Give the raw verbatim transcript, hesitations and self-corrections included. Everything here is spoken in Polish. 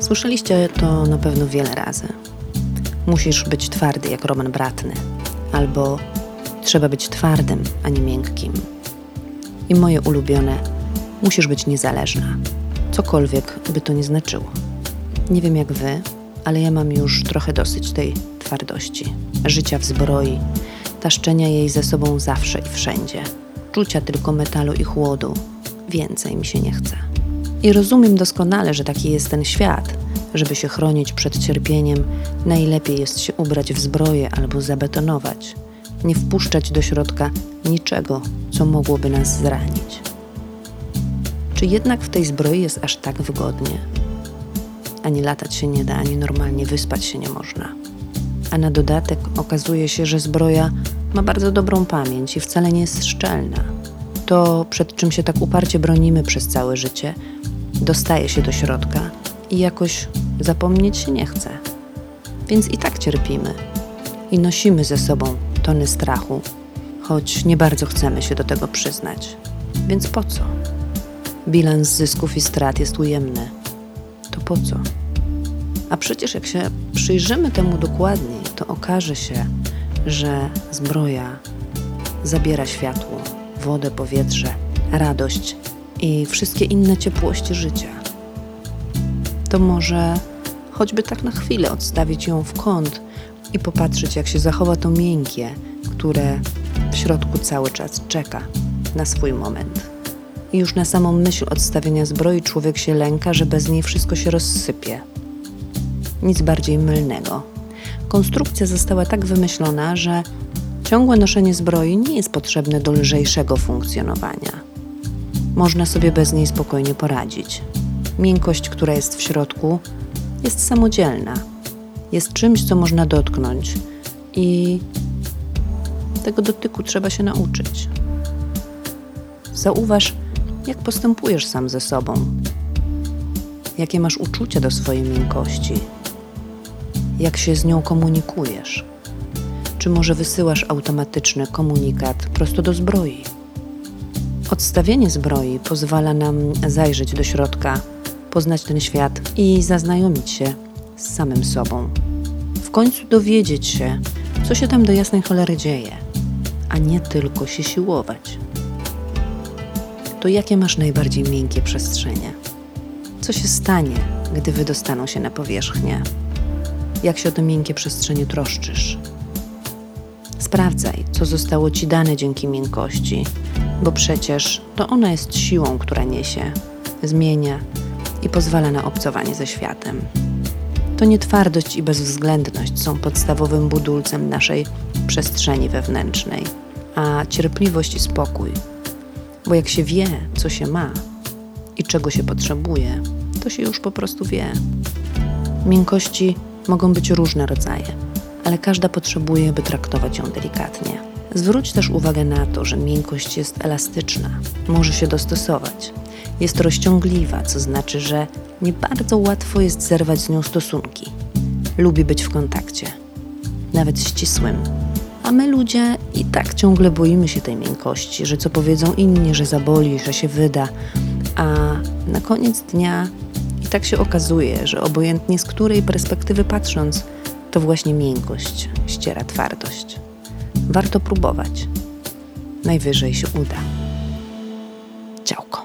Słyszeliście to na pewno wiele razy. Musisz być twardy jak Roman Bratny, albo trzeba być twardym, a nie miękkim. I moje ulubione, musisz być niezależna, cokolwiek by to nie znaczyło. Nie wiem jak wy, ale ja mam już trochę dosyć tej twardości, życia w zbroi, taszczenia jej ze sobą zawsze i wszędzie, czucia tylko metalu i chłodu. Więcej mi się nie chce. I rozumiem doskonale, że taki jest ten świat. Żeby się chronić przed cierpieniem, najlepiej jest się ubrać w zbroję albo zabetonować. Nie wpuszczać do środka niczego, co mogłoby nas zranić. Czy jednak w tej zbroi jest aż tak wygodnie? Ani latać się nie da, ani normalnie wyspać się nie można. A na dodatek okazuje się, że zbroja ma bardzo dobrą pamięć i wcale nie jest szczelna. To, przed czym się tak uparcie bronimy przez całe życie, dostaje się do środka i jakoś zapomnieć się nie chce. Więc i tak cierpimy i nosimy ze sobą tony strachu, choć nie bardzo chcemy się do tego przyznać. Więc po co? Bilans zysków i strat jest ujemny. To po co? A przecież jak się przyjrzymy temu dokładniej, to okaże się, że zbroja zabiera światło, wodę, powietrze, radość i wszystkie inne ciepłości życia. To może choćby tak na chwilę odstawić ją w kąt i popatrzeć, jak się zachowa to miękkie, które w środku cały czas czeka na swój moment. I już na samą myśl odstawienia zbroi człowiek się lęka, że bez niej wszystko się rozsypie. Nic bardziej mylnego. Konstrukcja została tak wymyślona, że ciągłe noszenie zbroi nie jest potrzebne do lżejszego funkcjonowania. Można sobie bez niej spokojnie poradzić. Miękkość, która jest w środku, jest samodzielna. Jest czymś, co można dotknąć i tego dotyku trzeba się nauczyć. Zauważ, jak postępujesz sam ze sobą. Jakie masz uczucie do swojej miękkości. Jak się z nią komunikujesz. Czy może wysyłasz automatyczny komunikat prosto do zbroi? Odstawienie zbroi pozwala nam zajrzeć do środka, poznać ten świat i zaznajomić się z samym sobą. W końcu dowiedzieć się, co się tam do jasnej cholery dzieje, a nie tylko się siłować. To jakie masz najbardziej miękkie przestrzenie? Co się stanie, gdy wydostaną się na powierzchnię? Jak się o te miękkie przestrzenie troszczysz? Sprawdzaj, co zostało ci dane dzięki miękkości, bo przecież to ona jest siłą, która niesie, zmienia i pozwala na obcowanie ze światem. To nie twardość i bezwzględność są podstawowym budulcem naszej przestrzeni wewnętrznej, a cierpliwość i spokój. Bo jak się wie, co się ma i czego się potrzebuje, to się już po prostu wie. Miękkości mogą być różne rodzaje, ale każda potrzebuje, by traktować ją delikatnie. Zwróć też uwagę na to, że miękkość jest elastyczna, może się dostosować. Jest rozciągliwa, co znaczy, że nie bardzo łatwo jest zerwać z nią stosunki. Lubi być w kontakcie, nawet ścisłym. A my ludzie i tak ciągle boimy się tej miękkości, że co powiedzą inni, że zaboli, że się wyda. A na koniec dnia i tak się okazuje, że obojętnie z której perspektywy patrząc, to właśnie miękkość ściera twardość. Warto próbować. Najwyżej się uda. Ciałko.